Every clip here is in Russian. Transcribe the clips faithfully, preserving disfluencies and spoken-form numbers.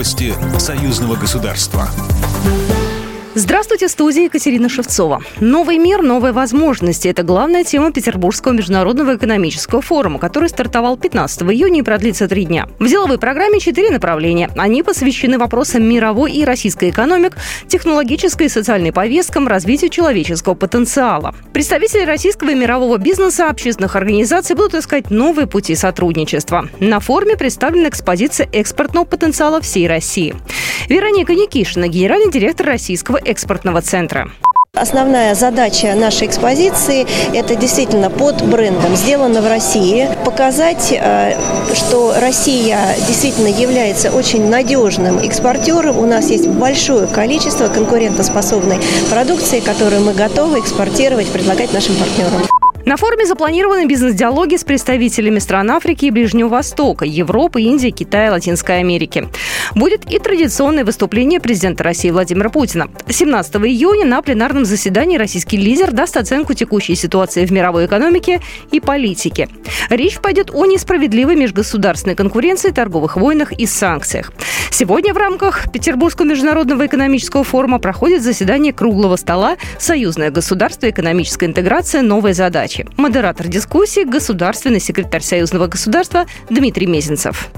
Новости союзного государства. Здравствуйте, в студии Екатерина Шевцова. Новый мир, новые возможности – это главная тема Петербургского международного экономического форума, который стартовал пятнадцатого июня и продлится три дня. В деловой программе четыре направления. Они посвящены вопросам мировой и российской экономик, технологической и социальной повесткам, развитию человеческого потенциала. Представители российского и мирового бизнеса, общественных организаций будут искать новые пути сотрудничества. На форуме представлена экспозиция экспортного потенциала всей России. Вероника Никишина, генеральный директор Российского экспортного центра. Основная задача нашей экспозиции – это действительно под брендом «Сделано в России» показать, что Россия действительно является очень надежным экспортером. У нас есть большое количество конкурентоспособной продукции, которую мы готовы экспортировать, предлагать нашим партнерам. На форуме запланированы бизнес-диалоги с представителями стран Африки и Ближнего Востока, Европы, Индии, Китая, Латинской Америки. Будет и традиционное выступление президента России Владимира Путина. семнадцатого июня на пленарном заседании российский лидер даст оценку текущей ситуации в мировой экономике и политике. Речь пойдет о несправедливой межгосударственной конкуренции, торговых войнах и санкциях. Сегодня в рамках Петербургского международного экономического форума проходит заседание круглого стола «Союзное государство. Экономическая интеграция. Новые задачи». Модератор дискуссии – государственный секретарь Союзного государства Дмитрий Мезенцев.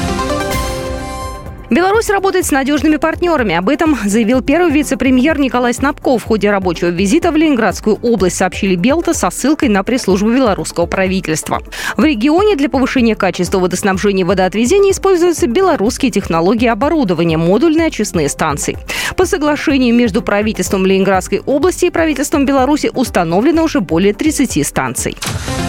Беларусь работает с надежными партнерами. Об этом заявил первый вице-премьер Николай Снабко в ходе рабочего визита в Ленинградскую область, сообщили Белта со ссылкой на пресс-службу белорусского правительства. В регионе для повышения качества водоснабжения и водоотведения используются белорусские технологии оборудования, модульные очистные станции. По соглашению между правительством Ленинградской области и правительством Беларуси установлено уже более тридцати станций.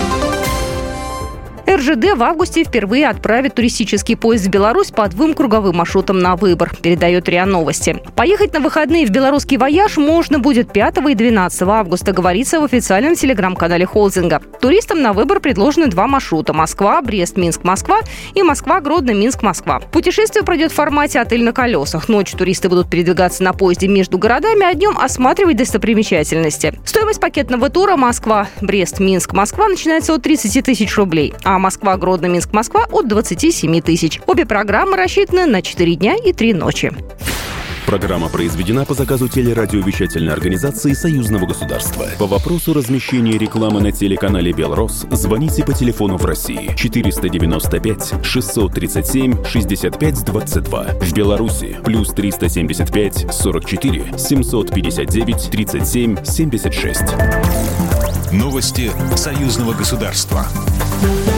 эр жэ дэ в августе впервые отправит туристический поезд в Беларусь по двум круговым маршрутам на выбор, передает РИА Новости. Поехать на выходные в белорусский вояж можно будет пятого и двенадцатого августа, говорится в официальном телеграм-канале холдинга. Туристам на выбор предложены два маршрута – Москва, Брест, Минск, Москва и Москва, Гродно, Минск, Москва. Путешествие пройдет в формате «Отель на колесах». Ночью туристы будут передвигаться на поезде между городами, а днем осматривать достопримечательности. Стоимость пакетного тура Москва, Брест, Минск, Москва начинается от тридцати тысяч рублей, а Москва, Гродно, Минск, Москва от двадцати семи тысяч. Обе программы рассчитаны на четыре дня и три ночи. Программа произведена по заказу телерадиовещательной организации Союзного государства. По вопросу размещения рекламы на телеканале «Белрос» звоните по телефону в России четыреста девяносто пять шестьсот тридцать семь шестьдесят пять двадцать два. В Беларуси плюс триста семьдесят пять сорок четыре семьсот пятьдесят девять тридцать семь семьдесят шесть. Новости союзного государства.